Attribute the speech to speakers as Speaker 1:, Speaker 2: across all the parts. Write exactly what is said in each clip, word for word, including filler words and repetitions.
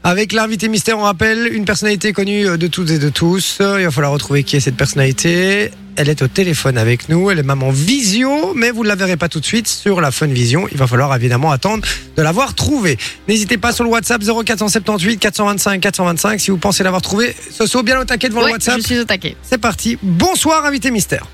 Speaker 1: Avec l'invité mystère, on rappelle une personnalité connue de toutes et de tous. Il va falloir retrouver qui est cette personnalité. Elle est au téléphone avec nous, elle est même en visio, mais vous ne la verrez pas tout de suite sur la Fun Vision. Il va falloir évidemment attendre de l'avoir trouvée. N'hésitez pas sur le WhatsApp zéro quatre sept huit quatre deux cinq quatre deux cinq si vous pensez l'avoir trouvée. Soso, bien au taquet devant
Speaker 2: ouais,
Speaker 1: le WhatsApp.
Speaker 2: Je suis au taquet.
Speaker 1: C'est parti. Bonsoir, invité mystère.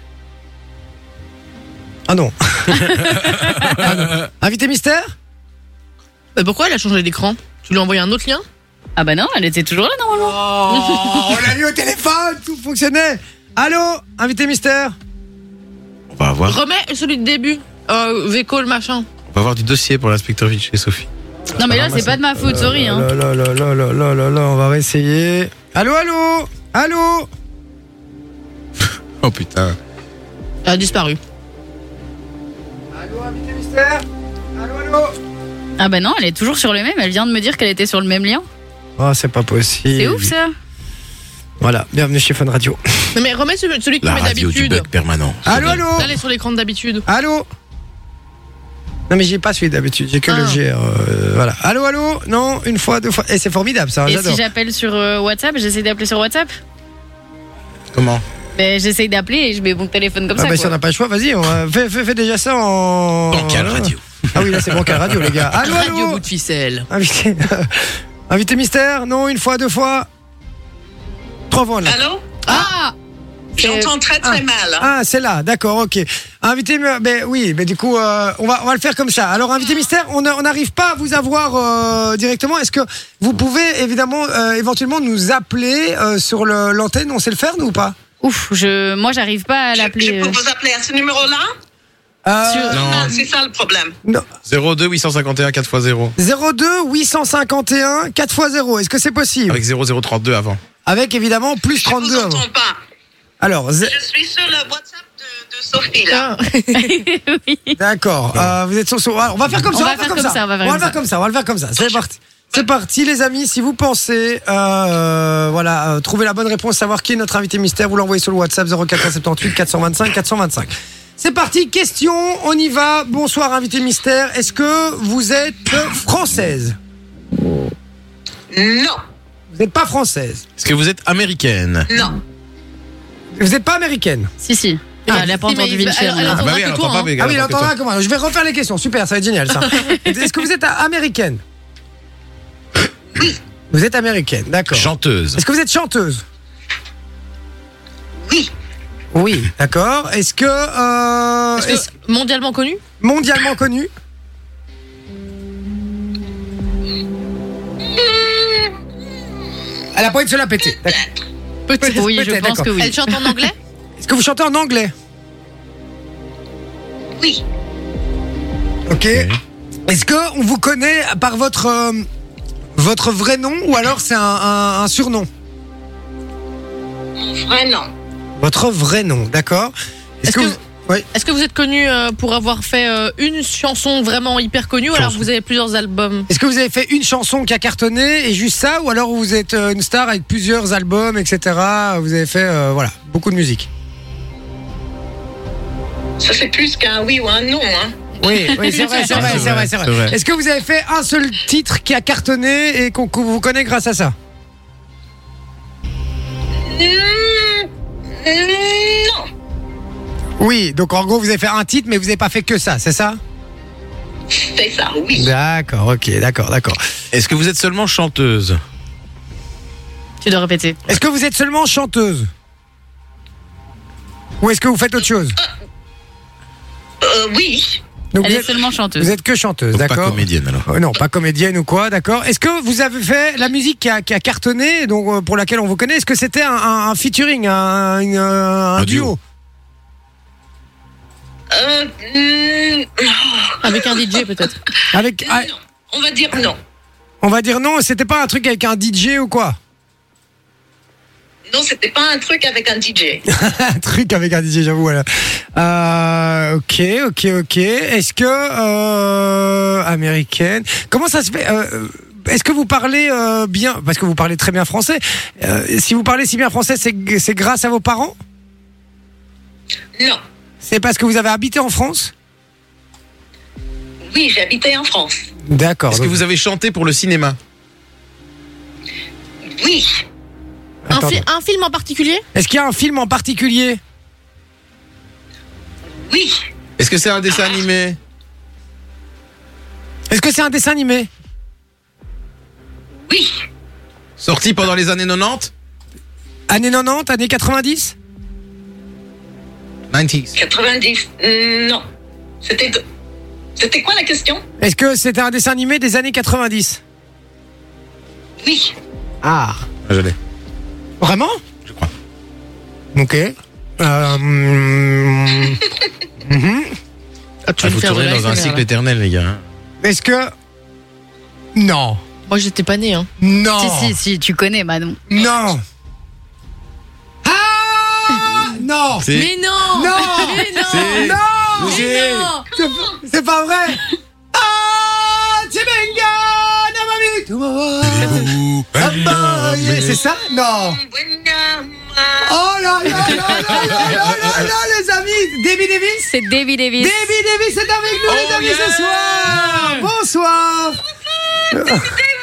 Speaker 1: Ah non. ah non. Invité mystère.
Speaker 3: Mais pourquoi elle a changé d'écran? Tu lui as envoyé un autre lien?
Speaker 2: Ah bah non, elle était toujours là normalement.
Speaker 1: Oh, on l'a eu au téléphone, tout fonctionnait. Allô, invité mystère.
Speaker 4: On va avoir,
Speaker 3: Remets celui de début. Euh, Véco, le machin.
Speaker 4: on va avoir du dossier pour l'inspecteur Vitch et Sophie.
Speaker 2: Non mais là c'est pas de ma faute, sorry hein.
Speaker 1: Là, là, là, là, là, là, là, là, on va réessayer. Allô, allô, allô.
Speaker 4: Oh putain.
Speaker 3: Elle a disparu.
Speaker 1: Allô, invité mystère. Allô, allô.
Speaker 2: Ah bah non, elle est toujours sur le même, elle vient de me dire qu'elle était sur le même lien.
Speaker 1: Oh, c'est pas possible.
Speaker 2: C'est ouf ça.
Speaker 1: Voilà, bienvenue chez Fun Radio.
Speaker 3: Non, mais remets celui, celui que
Speaker 4: La
Speaker 3: tu mets
Speaker 4: radio du
Speaker 3: d'habitude.
Speaker 4: bug permanent.
Speaker 1: Allô, allô.
Speaker 3: Là, elle est sur l'écran d'habitude.
Speaker 1: Allô. Non mais j'ai pas celui d'habitude, j'ai que
Speaker 3: Ah.
Speaker 1: le G R. Euh, voilà. Allô, allô. Non, une fois, deux fois. Et c'est formidable ça,
Speaker 2: Et
Speaker 1: j'adore.
Speaker 2: si j'appelle sur euh, WhatsApp, j'essaie d'appeler sur WhatsApp.
Speaker 4: Comment?
Speaker 2: Ben j'essaie d'appeler et je mets mon téléphone comme
Speaker 1: Ah
Speaker 2: ça.
Speaker 1: bah si on
Speaker 2: quoi.
Speaker 1: n'a pas le choix, vas-y, on va- fais, fais, fais déjà ça en.
Speaker 4: Bancal radio.
Speaker 1: Ah oui, là c'est Bancal Radio, les gars. Allô,
Speaker 3: Radio
Speaker 1: allô.
Speaker 3: bout de ficelle.
Speaker 1: Invité, invité mystère, non, une fois, deux fois. Trois fois là.
Speaker 5: Allô?
Speaker 2: Ah
Speaker 5: J'entends très très
Speaker 1: ah.
Speaker 5: mal.
Speaker 1: Ah, c'est là, d'accord, ok. Invité, ben oui, ben du coup, euh, on va on va le faire comme ça. Alors, invité mystère, on on n'arrive pas à vous avoir euh, directement. Est-ce que vous pouvez évidemment, euh, éventuellement, nous appeler euh, sur le- l'antenne? On sait le faire, nous ou pas?
Speaker 2: Ouf, je, moi j'arrive pas à
Speaker 5: Je, je
Speaker 2: l'appeler.
Speaker 5: peux
Speaker 2: euh.
Speaker 5: vous appeler à ce numéro-là?
Speaker 1: Euh,
Speaker 2: Sur-
Speaker 4: Non.
Speaker 5: Ah, c'est ça le problème.
Speaker 1: non.
Speaker 4: zéro deux huit cent cinquante et un quatre fois zéro.
Speaker 1: zéro deux huit cent cinquante et un quatre fois zéro. Est-ce que c'est possible?
Speaker 4: Avec zéro zéro trente-deux avant.
Speaker 1: Avec évidemment plus
Speaker 5: Je
Speaker 1: trente-deux.
Speaker 5: vous
Speaker 1: avant.
Speaker 5: entends pas.
Speaker 1: Alors, zé-
Speaker 5: Je suis sur le WhatsApp de, de Sophie là.
Speaker 3: Ah.
Speaker 2: Oui.
Speaker 1: d'accord. Euh, vous êtes sur, sur- On va faire comme ça.
Speaker 2: On va faire comme ça, on va faire
Speaker 1: On va
Speaker 2: comme
Speaker 1: le faire
Speaker 2: ça.
Speaker 1: comme ça. On va le faire comme ça. C'est parti. C'est parti, les amis. Si vous pensez, euh, voilà, euh, trouver la bonne réponse, savoir qui est notre invité mystère, vous l'envoyez sur le WhatsApp zéro quatre sept huit quatre deux cinq quatre deux cinq. C'est parti. Question. On y va. Bonsoir, invité mystère. Est-ce que vous êtes française?
Speaker 5: Non,
Speaker 1: Vous n'êtes pas française.
Speaker 4: Est-ce que vous êtes américaine?
Speaker 5: non.
Speaker 1: Vous n'êtes pas américaine.
Speaker 2: Si si. Ah, elle a pas
Speaker 3: Si, mais
Speaker 2: entendu
Speaker 3: il va-
Speaker 2: Vinci.
Speaker 3: elle- elle
Speaker 2: là.
Speaker 3: entend-
Speaker 4: Ah bah oui,
Speaker 3: que
Speaker 4: elle
Speaker 3: toi,
Speaker 4: entend pas,
Speaker 3: hein.
Speaker 4: mais
Speaker 1: Ah oui,
Speaker 4: elle
Speaker 1: il
Speaker 4: entend que
Speaker 1: entendra
Speaker 4: toi.
Speaker 1: comment? Je vais refaire les questions. Super, ça va être génial ça. Est-ce que vous êtes américaine? Vous êtes américaine, d'accord.
Speaker 4: Chanteuse.
Speaker 1: Est-ce que vous êtes chanteuse?
Speaker 5: Oui,
Speaker 1: Oui, d'accord. Est-ce que, euh,
Speaker 3: Est-ce que
Speaker 1: est-ce-
Speaker 3: mondialement connu?
Speaker 1: mondialement connue? Elle a pas envie de se la péter. D'accord.
Speaker 3: Peut-être.
Speaker 2: Oui, je
Speaker 1: Peut-être,
Speaker 2: pense
Speaker 1: d'accord.
Speaker 2: que oui.
Speaker 3: Elle chante en anglais?
Speaker 1: Est-ce que vous chantez en anglais?
Speaker 5: oui,
Speaker 1: Ok. Est-ce que on vous connaît par votre euh, votre vrai nom ou alors c'est un, un- un surnom?
Speaker 5: mon vrai nom.
Speaker 1: Votre vrai nom, d'accord.
Speaker 3: Est-ce que-
Speaker 1: vous... Oui.
Speaker 3: Est-ce que vous êtes connu euh, pour avoir fait euh, une chanson vraiment hyper connue ou alors vous avez plusieurs albums?
Speaker 1: Est-ce que vous avez fait une chanson qui a cartonné et juste ça, ou alors vous êtes euh, une star avec plusieurs albums, et cetera. Vous avez fait, euh, voilà, beaucoup de musique.
Speaker 5: Ça c'est plus qu'un oui ou un non. Hein.
Speaker 1: Oui, oui, c'est vrai, c'est vrai, c'est vrai, c'est
Speaker 4: C'est
Speaker 1: vrai.
Speaker 4: vrai.
Speaker 1: Est-ce que vous avez fait un seul titre qui a cartonné et qu'on qu'on vous connaît grâce à ça?
Speaker 5: Mm, non,
Speaker 1: Oui, donc en gros vous avez fait un titre, mais vous n'avez pas fait que ça, c'est ça?
Speaker 5: c'est ça, oui.
Speaker 1: D'accord, ok, d'accord, d'accord.
Speaker 4: Est-ce que vous êtes seulement chanteuse?
Speaker 2: Tu dois répéter.
Speaker 1: Est-ce que vous êtes seulement chanteuse? Ou est-ce que vous faites autre chose?
Speaker 5: Euh, oui,
Speaker 1: Donc
Speaker 2: Elle
Speaker 1: vous
Speaker 2: est
Speaker 1: êtes,
Speaker 2: seulement chanteuse.
Speaker 1: vous êtes que chanteuse,
Speaker 4: Donc pas
Speaker 1: d'accord?
Speaker 4: comédienne alors.
Speaker 1: Euh, non, pas comédienne ou quoi, d'accord. Est-ce que vous avez fait la musique qui a, qui a cartonné, donc euh, pour laquelle on vous connaît? Est-ce que c'était un, un- un featuring, un, une, euh, un
Speaker 4: Un
Speaker 1: duo,
Speaker 4: duo.
Speaker 5: euh, mm,
Speaker 3: Avec un D J peut-être?
Speaker 1: avec, ah,
Speaker 5: non. On va dire non.
Speaker 1: on va dire non, c'était pas un truc avec un D J ou quoi?
Speaker 5: Non, c'était pas un truc avec un D J.
Speaker 1: Un truc avec un D J, j'avoue. Voilà. Euh, ok, ok, ok. Est-ce que euh, américaine? Comment ça se fait? euh, Est-ce que vous parlez euh, bien? Parce que vous parlez très bien français. Euh, si vous parlez si bien français, c'est c'est grâce à vos parents?
Speaker 5: Non.
Speaker 1: C'est parce que vous avez habité en France?
Speaker 5: Oui, j'habitais en France.
Speaker 1: D'accord.
Speaker 4: Est-ce que
Speaker 1: donc-
Speaker 4: vous avez chanté pour le cinéma?
Speaker 5: Oui.
Speaker 3: Un,
Speaker 1: Attends,
Speaker 3: fi- un film en particulier?
Speaker 1: Est-ce qu'il y a un film en particulier?
Speaker 5: Oui.
Speaker 4: Est-ce que c'est un dessin animé?
Speaker 1: Est-ce que c'est un dessin animé?
Speaker 5: Oui.
Speaker 4: Sorti pendant les années quatre-vingt-dix?
Speaker 1: Années quatre-vingt-dix, années quatre-vingt-dix?
Speaker 4: quatre-vingt-dix.
Speaker 5: quatre-vingt-dix. euh, Non. C'était. C'était quoi la question?
Speaker 1: Est-ce que c'était un dessin animé des années quatre-vingt-dix?
Speaker 5: Oui.
Speaker 1: Ah.
Speaker 4: Ah, je l'ai.
Speaker 1: Vraiment?
Speaker 4: Je crois.
Speaker 1: Ok. Euh, mm, mhm.
Speaker 3: Ah, tu
Speaker 4: Ah,
Speaker 3: veux me
Speaker 4: vous
Speaker 3: faire de
Speaker 4: tournez
Speaker 3: la
Speaker 4: dans un
Speaker 3: S M R,
Speaker 4: cycle
Speaker 3: là.
Speaker 4: éternel, les gars. hein.
Speaker 1: Est-ce que... Non.
Speaker 3: Moi, j'étais pas né, hein.
Speaker 1: Non.
Speaker 2: Si, si, si, tu connais, Manon.
Speaker 1: Non. Ah non.
Speaker 4: C'est-
Speaker 3: Mais non!
Speaker 1: Non.
Speaker 3: Mais non!
Speaker 4: C'est-
Speaker 1: Non.
Speaker 3: Mais non!
Speaker 1: C'est- C'est pas vrai. Ah, Timenga, Namami, Tumawa. Ah, yeah, c'est ça? Non. Oh là là là là là là là là, les amis. Debbie Davis.
Speaker 2: C'est Davy Davis.
Speaker 1: Debbie Davis est avec nous, les
Speaker 4: Oh,
Speaker 1: amis,
Speaker 4: yeah.
Speaker 1: ce soir. Bonsoir.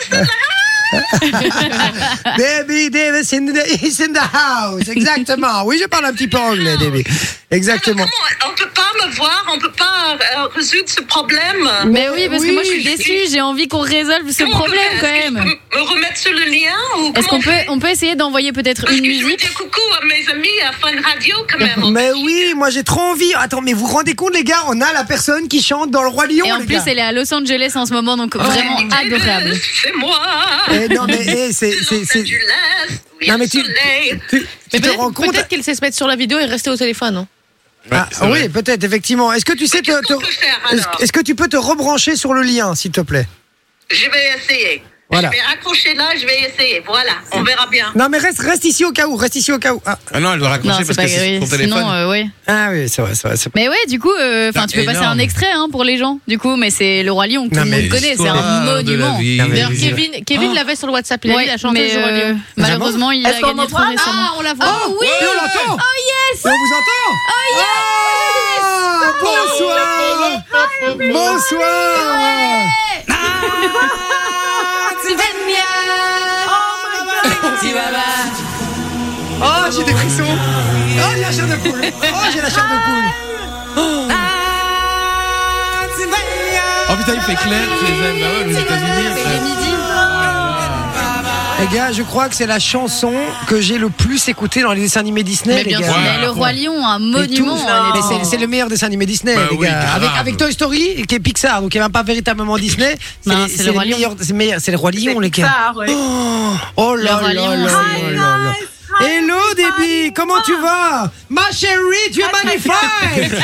Speaker 1: Debbie Davis in the, is in the house. Exactement. Oui, je parle un petit peu anglais, Debbie. Exactement.
Speaker 5: Alors, comment on peut pas me voir, on peut pas euh, résoudre ce problème.
Speaker 2: Mais oui, parce que moi je suis
Speaker 1: Oui.
Speaker 2: déçue, j'ai envie qu'on résolve ce
Speaker 5: Comment on peut
Speaker 2: problème
Speaker 5: faire?
Speaker 2: quand
Speaker 5: Est-ce que
Speaker 2: même.
Speaker 5: je peux me remettre sur le lien ou
Speaker 2: Est-ce
Speaker 5: comment
Speaker 2: qu'on
Speaker 5: on
Speaker 2: peut,
Speaker 5: fait?
Speaker 2: on peut essayer d'envoyer peut-être
Speaker 5: Parce
Speaker 2: une
Speaker 5: que je veux
Speaker 2: musique?
Speaker 5: dire coucou à mes amis à Fun Radio quand même.
Speaker 1: Mais oui, moi j'ai trop envie. Attends, mais vous vous rendez compte, les gars, on a la personne qui chante dans le Roi Lion.
Speaker 2: Et en
Speaker 1: les
Speaker 2: plus,
Speaker 1: gars.
Speaker 2: elle est à Los Angeles en ce moment, donc vraiment
Speaker 5: Davis,
Speaker 2: adorable.
Speaker 5: C'est moi.
Speaker 1: Eh, non, mais eh, c'est. c'est,
Speaker 5: Los
Speaker 1: c'est...
Speaker 5: Angeles, oui,
Speaker 1: Non, mais
Speaker 5: le
Speaker 1: tu,
Speaker 5: soleil.
Speaker 1: tu, tu
Speaker 3: Mais
Speaker 1: te
Speaker 3: peut-être,
Speaker 1: rends compte.
Speaker 3: peut-être qu'elle sait se mettre sur la vidéo et rester au téléphone, hein.
Speaker 4: Ouais,
Speaker 1: Ah,
Speaker 4: c'est vrai.
Speaker 1: oui, peut-être, effectivement. Est-ce que tu sais te,
Speaker 5: Qu'est-ce
Speaker 1: te-
Speaker 5: qu'on peut faire,
Speaker 1: est-ce,
Speaker 5: alors
Speaker 1: est-ce que tu peux te rebrancher sur le lien, s'il te plaît?
Speaker 5: Je vais essayer.
Speaker 1: Voilà.
Speaker 5: Je vais accrocher là, je vais essayer. Voilà, on verra bien.
Speaker 1: Non, mais reste, reste ici au cas où, reste ici au cas où. Ah,
Speaker 4: Ah non, elle doit raccrocher
Speaker 2: Non, c'est
Speaker 4: parce
Speaker 2: pas
Speaker 4: que c'est
Speaker 2: grave.
Speaker 4: son téléphone.
Speaker 2: Sinon, euh, ouais.
Speaker 1: ah oui, c'est vrai, c'est vrai. C'est...
Speaker 2: Mais ouais, du coup, euh, enfin,
Speaker 4: Ah,
Speaker 2: tu peux passer
Speaker 4: énorme.
Speaker 2: un extrait hein, pour les gens. Du coup, mais c'est le Roi Lion que
Speaker 1: Non,
Speaker 2: tout le
Speaker 1: mais
Speaker 2: monde connaît, c'est
Speaker 4: L'histoire
Speaker 2: un
Speaker 4: de la
Speaker 2: monument.
Speaker 4: vie.
Speaker 1: Non, mais-
Speaker 3: D'ailleurs,
Speaker 1: mais-
Speaker 3: Kevin, Kevin
Speaker 1: Oh.
Speaker 3: l'avait sur le WhatsApp, il a
Speaker 2: Ouais,
Speaker 3: dit la chanteuse
Speaker 2: mais
Speaker 3: du Roi
Speaker 2: euh,
Speaker 3: Lion.
Speaker 2: malheureusement, il a
Speaker 5: Est-ce qu'on
Speaker 2: gagné trop
Speaker 5: m'entend?
Speaker 2: récemment.
Speaker 3: Ah, on la voit.
Speaker 1: Oh oui, on l'entend. Oh yes. On vous entend. Oh yes. Bonsoir. Bonsoir. Oh, j'ai des frissons. Oh, j'ai la chair de poule. Oh, j'ai la chair de poule.
Speaker 4: Oh putain, il fait clair chez elle. Bah ouais, les États-Unis.
Speaker 2: C'est
Speaker 4: frère.
Speaker 2: midi.
Speaker 1: Les gars, je crois que c'est la chanson que j'ai le plus écoutée dans les dessins animés Disney,
Speaker 3: Mais
Speaker 1: les
Speaker 3: bien
Speaker 1: gars.
Speaker 3: sûr.
Speaker 2: Mais le Roi Lion, un
Speaker 1: Mais tout,
Speaker 2: monument.
Speaker 1: mais
Speaker 2: elle est-
Speaker 1: c'est, c'est le meilleur dessin animé Disney,
Speaker 4: Bah
Speaker 1: les
Speaker 4: oui,
Speaker 1: gars.
Speaker 4: grave.
Speaker 1: Avec, avec Toy Story, qui est Pixar, donc il n'y a même pas véritablement Disney. C'est,
Speaker 2: Non,
Speaker 1: les-
Speaker 2: c'est
Speaker 1: c'est
Speaker 2: le
Speaker 1: les
Speaker 2: Roi Lion.
Speaker 1: meilleurs- c'est, meilleur- c'est le Roi Lion, les gars.
Speaker 5: Ça, ouais.
Speaker 1: Oh, oh là
Speaker 2: Le Roi
Speaker 1: là
Speaker 2: Lion,
Speaker 1: là
Speaker 2: c'est-
Speaker 1: là là là. Hello, Debbie, comment tu vas? Ma chérie, tu es magnifique.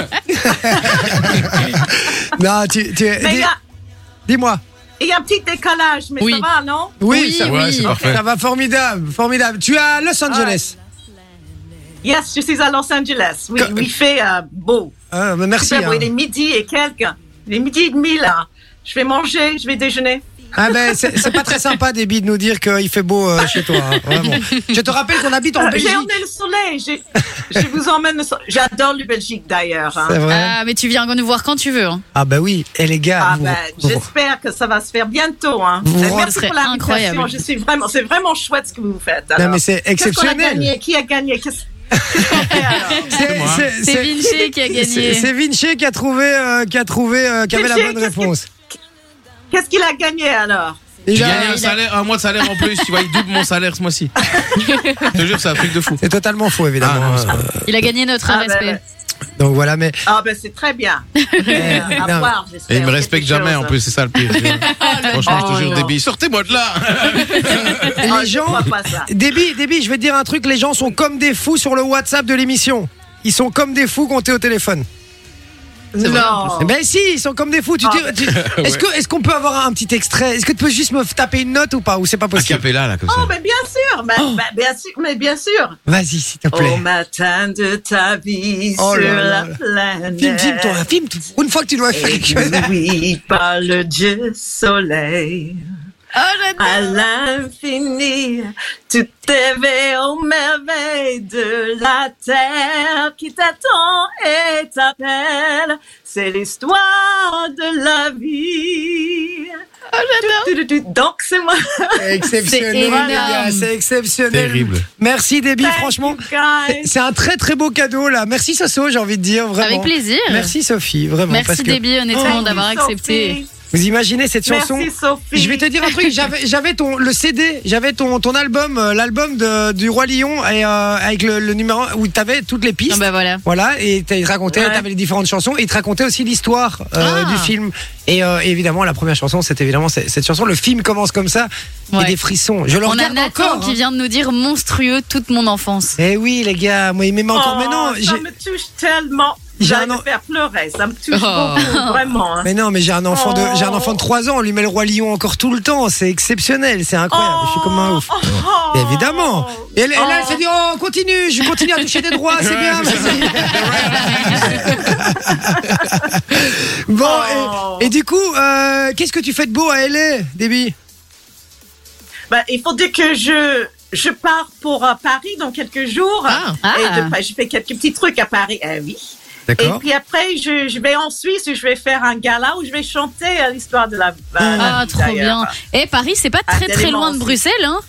Speaker 1: Non, tu, tu es.
Speaker 6: Mais il
Speaker 1: dis-
Speaker 6: y a-
Speaker 1: Dis-moi.
Speaker 6: il y a un petit décalage, mais
Speaker 3: Oui.
Speaker 6: ça va, non?
Speaker 1: Oui,
Speaker 2: Oui,
Speaker 1: ça,
Speaker 4: Ouais, c'est parfait.
Speaker 1: ça va formidable, formidable. Tu es à Los Angeles.
Speaker 6: Yes, je suis à Los Angeles. Oui,
Speaker 1: Que-
Speaker 6: oui, il fait euh, beau.
Speaker 1: Ah, mais merci.
Speaker 6: Super beau.
Speaker 1: hein.
Speaker 6: Il est midi et quelques. Il est midi et demi, là. Je vais manger, je vais déjeuner.
Speaker 1: Ah ben c'est, c'est pas très sympa, Debbie, de nous dire qu'il fait beau euh, chez toi. hein, vraiment. Je te rappelle qu'on habite en
Speaker 6: Euh,
Speaker 1: Belgique.
Speaker 6: J'ai emmené le soleil. J'ai- Je vous emmène le soleil. J'adore le Belgique, d'ailleurs. hein.
Speaker 1: C'est vrai.
Speaker 2: Ah, mais tu viens nous voir quand tu veux. hein.
Speaker 1: Ah bah oui. Et les gars,
Speaker 6: Ah
Speaker 1: vous-
Speaker 6: ben,
Speaker 1: vous-
Speaker 6: j'espère que ça va se faire bientôt. Hein.
Speaker 1: Vous
Speaker 6: Et
Speaker 1: vous
Speaker 6: merci
Speaker 2: rendrez
Speaker 6: pour l'invitation.
Speaker 2: incroyable.
Speaker 6: Je suis vraiment, c'est vraiment chouette ce que vous faites.
Speaker 1: non
Speaker 6: alors.
Speaker 1: mais c'est
Speaker 6: Qu'est-ce qu'on a
Speaker 1: exceptionnel.
Speaker 6: gagné? Qui a gagné? Qu'est-ce qu'est-ce qu'on fait alors?
Speaker 1: C'est,
Speaker 4: moi.
Speaker 1: c'est-
Speaker 2: C'est
Speaker 1: c'est-
Speaker 2: Vinci qui a
Speaker 1: c'est-
Speaker 2: gagné.
Speaker 1: c'est Vinci qui a trouvé, euh, qui a trouvé, euh, qui avait la
Speaker 6: Vinci,
Speaker 1: bonne
Speaker 6: qu'est-ce que-
Speaker 1: réponse.
Speaker 6: Qu'est-ce qu'il a gagné alors?
Speaker 1: Il
Speaker 4: J'ai
Speaker 1: a-
Speaker 4: gagné un salaire, un mois de salaire en plus. Tu vois, il double mon salaire ce mois-ci. Je te jure, c'est un truc de fou.
Speaker 1: C'est totalement faux, évidemment.
Speaker 4: Ah, non,
Speaker 1: Euh,
Speaker 2: Il a gagné notre
Speaker 6: Ah, ben,
Speaker 2: respect.
Speaker 6: ben.
Speaker 1: donc voilà, mais
Speaker 6: Ah ben c'est très bien.
Speaker 1: Eh,
Speaker 6: à
Speaker 1: non,
Speaker 6: voir, j'espère,
Speaker 4: Et il me
Speaker 6: quelque
Speaker 4: respecte jamais
Speaker 6: chose.
Speaker 4: en plus, c'est ça le pire. Franchement, je te
Speaker 6: Oh,
Speaker 4: jure,
Speaker 6: non.
Speaker 4: Déby, sortez-moi de là.
Speaker 6: Ah,
Speaker 1: les
Speaker 6: je
Speaker 1: gens,
Speaker 6: crois pas ça.
Speaker 1: Déby, Déby, je vais te dire un truc. Les gens sont comme des fous sur le WhatsApp de l'émission. Ils sont comme des fous quand t'es au téléphone.
Speaker 6: Non.
Speaker 1: Eh Ben si, ils sont comme des fous. Tu
Speaker 6: Ah,
Speaker 1: dis- tu- est-ce que, est-ce qu'on peut avoir un petit extrait? Est-ce que tu peux juste me taper une note ou pas? Ou c'est pas
Speaker 4: A
Speaker 1: possible?
Speaker 4: cappella, là, comme
Speaker 6: Oh,
Speaker 4: ça.
Speaker 6: mais bien sûr, mais,
Speaker 1: Oh.
Speaker 6: mais bien sûr, mais bien sûr.
Speaker 1: Vas-y, s'il te
Speaker 6: Au
Speaker 1: plaît.
Speaker 6: matin de ta vie
Speaker 1: Oh
Speaker 6: sur
Speaker 1: là là
Speaker 6: la
Speaker 1: là.
Speaker 6: planète.
Speaker 1: Filme, filme, toi, filme. Une fois que tu dois faire quelque chose.
Speaker 6: Oui, par le Dieu soleil.
Speaker 2: Oh,
Speaker 6: À l'infini, tout éveille aux merveilles de la terre qui t'attend et t'appelle. C'est l'histoire de la vie. Donc, c'est moi.
Speaker 1: C'est exceptionnel,
Speaker 2: C'est
Speaker 1: les
Speaker 2: énorme.
Speaker 1: gars, c'est exceptionnel.
Speaker 4: Terrible.
Speaker 1: Merci, Déby,
Speaker 6: Thank
Speaker 1: franchement.
Speaker 6: you, guys.
Speaker 1: C'est un très très beau cadeau, là. Merci, Soso, j'ai envie de dire, vraiment.
Speaker 2: Avec plaisir.
Speaker 1: Merci, Sophie, vraiment. parce
Speaker 2: Merci
Speaker 1: que
Speaker 2: Déby, honnêtement,
Speaker 6: Thank
Speaker 2: d'avoir
Speaker 6: you,
Speaker 2: accepté.
Speaker 6: Sophie.
Speaker 1: vous imaginez cette chanson?
Speaker 6: Merci, Sophie.
Speaker 1: Je vais te dire un truc, j'avais, j'avais ton, le C D, j'avais ton, ton album, euh, l'album de, du Roi Lion, et, euh, avec le, le numéro où t'avais toutes les pistes.
Speaker 2: Ah bah voilà.
Speaker 1: Voilà, et t'as- il te racontait,
Speaker 6: Ouais.
Speaker 1: t'avais les différentes chansons, et il te racontait aussi l'histoire euh,
Speaker 2: Ah.
Speaker 1: du film. Et euh, évidemment, la première chanson, c'est évidemment cette, cette chanson. Le film commence comme ça,
Speaker 2: Ouais.
Speaker 1: et des frissons. Je le
Speaker 2: On a
Speaker 1: regarde
Speaker 2: Nathan
Speaker 1: encore.
Speaker 2: qui
Speaker 1: hein.
Speaker 2: vient de nous dire monstrueux toute mon enfance.
Speaker 1: Eh oui, les gars, moi, il m'aime encore. mais non,
Speaker 6: Oh,
Speaker 1: j'ai-
Speaker 6: ça me touche tellement.
Speaker 1: J'ai
Speaker 6: J'ai
Speaker 1: un
Speaker 6: envie
Speaker 1: an-
Speaker 6: de faire pleurer. Ça me touche
Speaker 2: Oh.
Speaker 6: beaucoup, vraiment. hein.
Speaker 1: mais non, mais j'ai un enfant de, j'ai un enfant de trois ans. On lui met le Roi Lion encore tout le temps. C'est exceptionnel, c'est incroyable. Je suis comme un ouf.
Speaker 6: Oh, oh.
Speaker 1: Évidemment. Et elle, et là, elle
Speaker 6: Oh.
Speaker 1: s'est dit, oh, continue, je continue à toucher des droits, c'est bien. vas-y. Bon,
Speaker 6: Oh.
Speaker 1: et, et du coup, euh, qu'est-ce que tu fais de beau à L A, Déby?
Speaker 6: Ben, il faut dire que je, je pars pour euh, Paris dans quelques jours.
Speaker 3: Ah.
Speaker 2: Ah.
Speaker 6: Et de- ben, je fais quelques petits trucs à Paris. Eh oui. Et
Speaker 1: D'accord.
Speaker 6: puis après, je, je vais en Suisse où je vais faire un gala où je vais chanter euh, l'histoire de la, euh, la
Speaker 2: Ah,
Speaker 6: vie,
Speaker 2: trop
Speaker 6: d'ailleurs.
Speaker 2: bien. Et Paris, c'est pas
Speaker 6: Ah,
Speaker 2: très très
Speaker 6: tellement
Speaker 2: loin de
Speaker 6: aussi.
Speaker 2: Bruxelles, hein?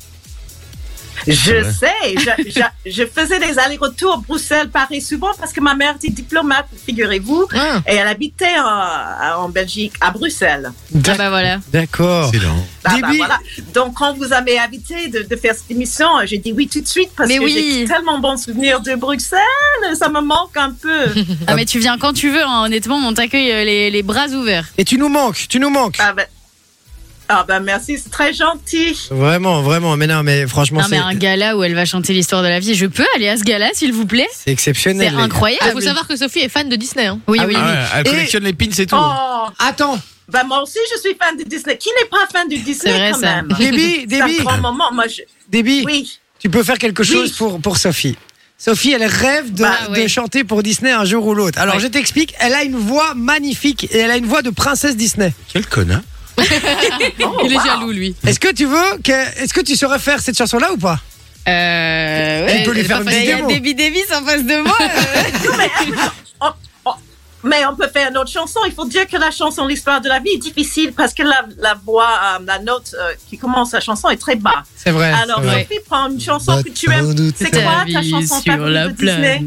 Speaker 6: Je
Speaker 4: Ouais.
Speaker 6: sais, je, je, je faisais des allers-retours Bruxelles-Paris souvent parce que ma mère était diplomate, figurez-vous,
Speaker 3: Ah.
Speaker 6: et elle habitait euh, en Belgique, à Bruxelles.
Speaker 2: Ah bah voilà.
Speaker 1: D'accord.
Speaker 4: Excellent.
Speaker 6: Ah, bah,
Speaker 1: Déby-
Speaker 6: voilà. Donc, quand vous avez invité de, de faire cette émission, j'ai dit oui tout de suite parce
Speaker 2: Mais
Speaker 6: que
Speaker 2: oui.
Speaker 6: j'ai tellement bons souvenirs de Bruxelles, ça me manque un peu.
Speaker 2: Ah mais tu viens quand tu veux, hein. Honnêtement, on t'accueille euh, les, les bras ouverts.
Speaker 1: Et tu nous manques, tu nous manques.
Speaker 6: ah, ben, ah ben merci, c'est très gentil.
Speaker 1: Vraiment, vraiment. Mais non, mais franchement,
Speaker 2: Non mais
Speaker 1: c'est
Speaker 2: un gala où elle va chanter l'histoire de la vie, je peux aller à ce gala s'il vous plaît?
Speaker 1: c'est exceptionnel.
Speaker 2: C'est
Speaker 1: les gars.
Speaker 2: incroyable.
Speaker 3: Il faut savoir que Sophie est fan de Disney. Hein.
Speaker 2: Oui,
Speaker 1: Ah
Speaker 2: oui,
Speaker 1: oui.
Speaker 2: oui.
Speaker 4: Ah ouais, elle
Speaker 1: Et-
Speaker 4: collectionne les pins et tout.
Speaker 6: Oh,
Speaker 1: Attends,
Speaker 6: ben moi aussi je suis fan de Disney. Qui n'est pas fan de Disney
Speaker 2: C'est vrai,
Speaker 6: quand
Speaker 2: ça.
Speaker 6: même?
Speaker 1: Déby,
Speaker 6: C'est un
Speaker 1: Déby,
Speaker 6: grand moment. Moi, je...
Speaker 1: Déby,
Speaker 6: Oui.
Speaker 1: tu peux faire quelque chose
Speaker 6: Oui.
Speaker 1: pour, pour Sophie. Sophie, elle rêve de,
Speaker 6: Bah,
Speaker 1: de
Speaker 2: oui.
Speaker 1: chanter pour Disney un jour ou l'autre. Alors,
Speaker 2: Oui.
Speaker 1: je t'explique, elle a une voix magnifique et elle a une voix de princesse Disney.
Speaker 4: Quel connard.
Speaker 6: Oh,
Speaker 3: Il est
Speaker 6: wow.
Speaker 3: jaloux, lui.
Speaker 1: Est-ce que tu veux que, est-ce que tu saurais faire cette chanson-là ou pas?
Speaker 2: Euh,
Speaker 1: Tu peux lui faire une petite
Speaker 2: Il y a
Speaker 1: démo.
Speaker 2: Debbie Davis en face de moi. euh.
Speaker 6: Non, mais, oh, oh, mais on peut faire une autre chanson. Il faut dire que la chanson L'histoire de la vie est difficile parce que la, la voix, euh, la note euh, qui commence la chanson est très bas.
Speaker 1: C'est vrai.
Speaker 6: Alors,
Speaker 1: c'est vrai.
Speaker 6: Sophie, prends une chanson que tu aimes. C'est quoi ta chanson favorite de Disney?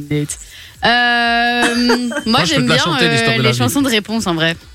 Speaker 2: Euh, moi,
Speaker 4: je peux
Speaker 2: j'aime
Speaker 4: te la
Speaker 2: bien
Speaker 4: chanter,
Speaker 2: euh,
Speaker 4: l'histoire de la
Speaker 2: les
Speaker 4: vie.
Speaker 2: chansons de réponse en vrai.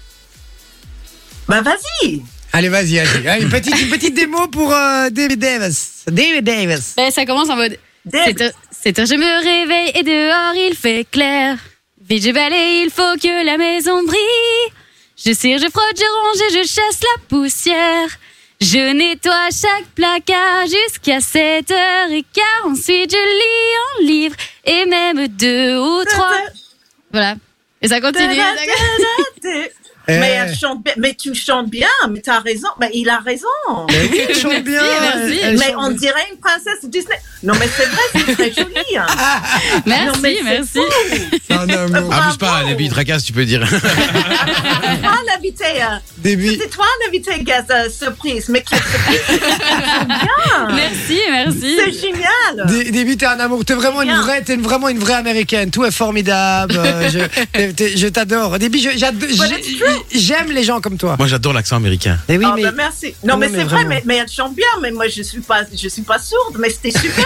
Speaker 6: Ben, vas-y.
Speaker 1: Allez, vas-y, vas-y. Allez, Une petite, une petite démo pour euh, David Davis. David Davis.
Speaker 2: Ben, ça commence en mode.
Speaker 6: Dave.
Speaker 2: C'est un- C'est un je me réveille et dehors il fait clair. Vite je balaye, il faut que la maison brille. Je cire, je frotte, je range et je chasse la poussière. Je nettoie chaque placard jusqu'à sept heures quinze. Ensuite je lis un livre et même deux ou trois. Voilà. Et ça continue. ça continue.
Speaker 1: Eh.
Speaker 6: Mais, elle chante bien. Mais tu chantes bien, mais t'as raison. Mais il a raison.
Speaker 1: Mais oui, elle chante bien.
Speaker 2: merci.
Speaker 1: elle- elle
Speaker 6: Mais
Speaker 1: chante
Speaker 6: on
Speaker 1: bien.
Speaker 6: dirait une princesse de Disney. Non, mais c'est vrai, c'est très joli. Hein.
Speaker 2: Merci,
Speaker 6: Non, mais c'est
Speaker 2: merci.
Speaker 6: fou.
Speaker 1: C'est un amour.
Speaker 6: Ah,
Speaker 4: Abuse pas, les billes tracasse, tu peux dire.
Speaker 6: C'est toi l'invité. euh,
Speaker 1: Début.
Speaker 6: C'est toi l'invité gaz euh, surprise. Mais quelle surprise. C'est bien.
Speaker 2: Merci, merci.
Speaker 6: C'est génial.
Speaker 1: Dé- Début, t'es un amour. T'es vraiment une
Speaker 6: Bien.
Speaker 1: vraie, t'es une- vraiment une vraie américaine. Tout est formidable. euh, je t'es- t'es- je t'adore. Début, je- j'ado-
Speaker 6: Well,
Speaker 1: j'ai-
Speaker 6: it's true.
Speaker 1: j'aime les gens comme toi.
Speaker 4: Moi, j'adore l'accent américain.
Speaker 1: Et oui,
Speaker 6: Ah,
Speaker 1: mais
Speaker 6: ben, merci. Non,
Speaker 1: Non,
Speaker 6: mais,
Speaker 1: mais
Speaker 6: c'est vrai,
Speaker 1: vraiment.
Speaker 6: mais, mais elle chante bien. Mais moi, je suis pas, je suis pas sourde. Mais c'était super.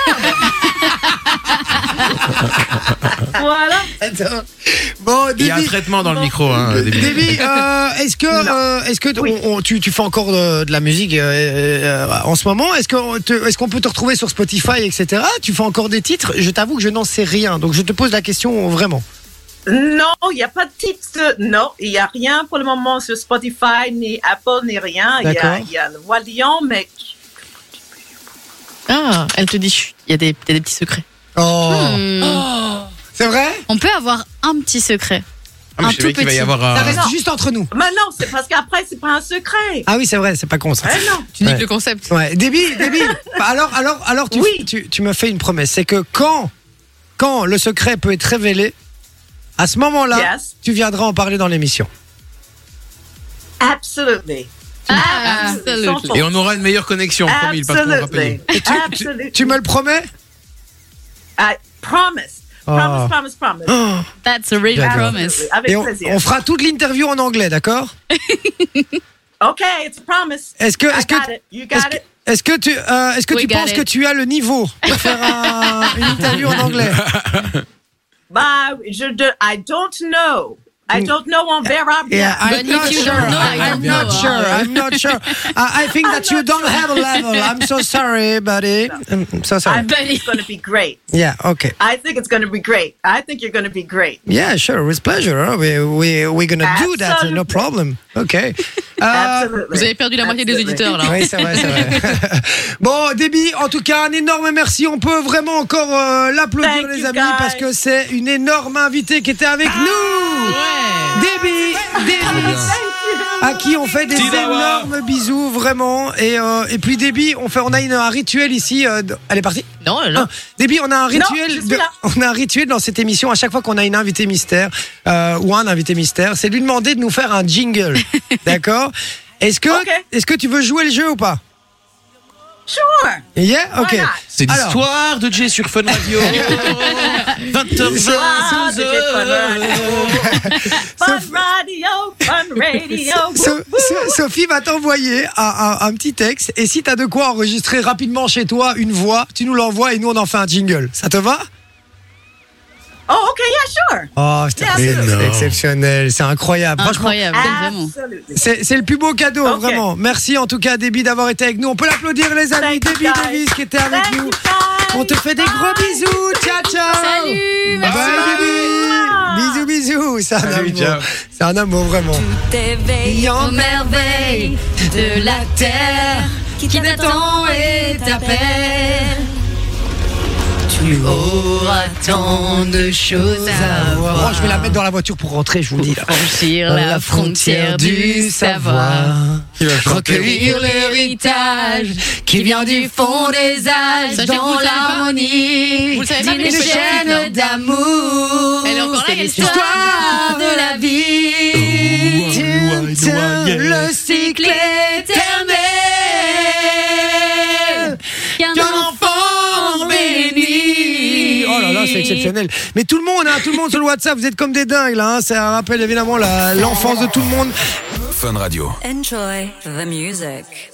Speaker 6: Voilà.
Speaker 1: Attends. Bon,
Speaker 4: Il y a un
Speaker 1: Début.
Speaker 4: traitement dans le
Speaker 6: Bon.
Speaker 4: micro, hein, début.
Speaker 1: Début, euh, est-ce que,
Speaker 6: Non.
Speaker 1: euh, est-ce que
Speaker 6: Oui.
Speaker 1: on- on- tu, tu fais encore de, de la musique euh, euh, en ce moment? Est-ce qu'on te- est-ce qu'on peut te retrouver sur Spotify, et cetera. Tu fais encore des titres? Je t'avoue que je n'en sais rien, donc je te pose la question vraiment.
Speaker 6: Non, il n'y a pas de titre. Non, il n'y a rien pour le moment sur Spotify, ni Apple, ni rien. Il y a,
Speaker 1: D'accord.
Speaker 6: il y a le Roi Lion, mais
Speaker 3: Ah, elle te dit, chut, il y a des, il y a des petits secrets.
Speaker 1: Oh,
Speaker 2: Hmm.
Speaker 1: c'est vrai?
Speaker 2: On peut avoir un petit secret.
Speaker 4: Ah, mais
Speaker 2: Un
Speaker 4: je savais
Speaker 2: tout
Speaker 4: qu'il va y
Speaker 2: petit.
Speaker 4: avoir
Speaker 1: Ça
Speaker 4: un.
Speaker 1: reste
Speaker 6: non.
Speaker 1: juste entre nous.
Speaker 6: Mais non, c'est parce qu'après, c'est pas un secret.
Speaker 1: Ah oui, c'est vrai, c'est pas con ça.
Speaker 6: Eh non.
Speaker 3: Tu niques
Speaker 1: Ouais.
Speaker 3: le concept.
Speaker 1: Ouais, Déby, Déby. Bah alors, alors, alors, tu,
Speaker 6: Oui.
Speaker 1: tu, tu me fais une promesse, c'est que quand, quand le secret peut être révélé, à ce moment-là,
Speaker 6: Yes.
Speaker 1: tu viendras en parler dans l'émission.
Speaker 6: Absolutely.
Speaker 2: Ah,
Speaker 6: Absolutely. Sans faute.
Speaker 4: Et on aura une meilleure connexion, promis, le patron va payer.
Speaker 6: Absolutely.
Speaker 1: Et tu, tu,
Speaker 6: Absolutely.
Speaker 1: tu me le promets?
Speaker 6: I promise.
Speaker 1: Oh.
Speaker 6: Promise, promise, promise.
Speaker 1: Oh.
Speaker 2: That's a real
Speaker 1: J'adore.
Speaker 2: promise.
Speaker 6: Avec
Speaker 1: Et on,
Speaker 6: plaisir.
Speaker 1: on fera toute l'interview en anglais, d'accord?
Speaker 6: Okay, it's a promise.
Speaker 1: Est-ce que,
Speaker 6: I
Speaker 1: est-ce que,
Speaker 6: got it. You got
Speaker 1: est-ce que,
Speaker 6: it.
Speaker 1: est-ce que tu, euh, est-ce que
Speaker 3: We
Speaker 1: tu
Speaker 3: got
Speaker 1: penses
Speaker 3: it.
Speaker 1: que tu as le niveau pour faire un- une interview en anglais?
Speaker 6: Bah, je de, I don't know. I don't know on verra bien.
Speaker 1: Yeah, I'm
Speaker 3: But
Speaker 1: not
Speaker 3: if you
Speaker 1: sure.
Speaker 3: don't know, I
Speaker 1: I'm
Speaker 3: don't
Speaker 1: not
Speaker 3: know.
Speaker 1: sure. I'm not sure. I, I think that you don't have a level. I'm so sorry, buddy. I'm so
Speaker 6: I
Speaker 1: sorry.
Speaker 6: think it's going to be great.
Speaker 1: Yeah. Okay.
Speaker 6: I think it's going to be great. I think you're going to be great.
Speaker 1: Yeah, sure. With pleasure. Huh? We we we're gonna do that.
Speaker 6: Absolutely.
Speaker 1: No problem. Okay. Euh,
Speaker 6: Absolutely.
Speaker 3: Vous avez perdu la moitié des
Speaker 6: Absolutely.
Speaker 3: auditeurs là.
Speaker 1: Oui, c'est vrai, c'est vrai. Bon, Déby, en tout cas, un énorme merci. On peut vraiment encore euh, l'applaudir,
Speaker 6: Thank
Speaker 1: les
Speaker 6: you,
Speaker 1: amis,
Speaker 6: guys.
Speaker 1: parce que c'est une énorme invitée qui était avec nous. Déby, Déby, à qui on fait des
Speaker 4: Tilawa.
Speaker 1: énormes bisous, vraiment. Et, euh, et puis, Déby, on, fait, on a une, un rituel ici. euh, de- Elle est partie?
Speaker 3: Non, non.
Speaker 1: Ah, Déby, on a un
Speaker 6: je
Speaker 1: rituel.
Speaker 6: suis
Speaker 1: de-
Speaker 6: là.
Speaker 1: on a un rituel dans cette émission. À chaque fois qu'on a une invitée mystère euh, ou un invité mystère, c'est de lui demander de nous faire un jingle. D'accord? Est-ce que,
Speaker 6: Ok.
Speaker 1: est-ce que tu veux jouer le jeu ou pas?
Speaker 6: Sure.
Speaker 1: Yeah? Ok.
Speaker 6: Why not?
Speaker 4: C'est
Speaker 1: Alors.
Speaker 4: l'histoire de Jay sur Fun Radio. vingt heures vingt,
Speaker 6: Ah,
Speaker 4: douze
Speaker 6: DJ Fun
Speaker 4: heures.
Speaker 6: Fun radio, fun radio.
Speaker 1: So- So- Sophie va t'envoyer un, un- un petit texte et si t'as de quoi enregistrer rapidement chez toi une voix, tu nous l'envoies et nous on en fait un jingle. Ça te va?
Speaker 6: Oh, okay, yeah, sure.
Speaker 1: Oh, c'est
Speaker 6: Bien sûr.
Speaker 1: c'est exceptionnel, c'est incroyable. Franchement,
Speaker 2: Incroyable, vraiment.
Speaker 6: Absolutely.
Speaker 1: c'est c'est le plus beau cadeau,
Speaker 6: Ok.
Speaker 1: vraiment. Merci en tout cas, Déby, d'avoir été avec nous. On peut l'applaudir, les amis.
Speaker 6: Thank you,
Speaker 1: Déby
Speaker 6: guys.
Speaker 1: Davis qui était avec
Speaker 6: Thank
Speaker 1: nous.
Speaker 6: you, guys.
Speaker 1: On te fait des gros bisous. Ciao, ciao.
Speaker 2: Salut,
Speaker 1: Bye,
Speaker 2: merci.
Speaker 1: Déby. Bisous, bisous. C'est un
Speaker 4: Salut,
Speaker 1: amour.
Speaker 4: ciao.
Speaker 1: C'est un amour, vraiment.
Speaker 2: T'éveilles aux merveilles de la terre qui t'attend et t'appelle. Tu auras tant de choses à
Speaker 1: Oh,
Speaker 2: voir.
Speaker 1: je vais la mettre dans la voiture pour rentrer, je vous le dis. Là.
Speaker 2: Franchir la frontière du savoir.
Speaker 1: Recueillir
Speaker 2: l'héritage qui vient du fond des âges
Speaker 3: Sachez que
Speaker 2: dans
Speaker 3: vous le savez pas.
Speaker 2: l'harmonie
Speaker 3: Vous le savez pas, mais
Speaker 2: d'une
Speaker 3: je peux
Speaker 2: chaîne
Speaker 3: la
Speaker 2: d'amour.
Speaker 3: Elle est encore là,
Speaker 2: C'est
Speaker 3: elle est
Speaker 2: l'histoire de la vie. Le cycle éternel qu'un enfant béni.
Speaker 1: Oh là là, c'est exceptionnel. Mais tout le monde, hein, tout le monde sur le WhatsApp, vous êtes comme des dingues là. Hein. Ça rappelle évidemment la- l'enfance de tout le monde.
Speaker 7: Fun Radio.
Speaker 8: Enjoy the music.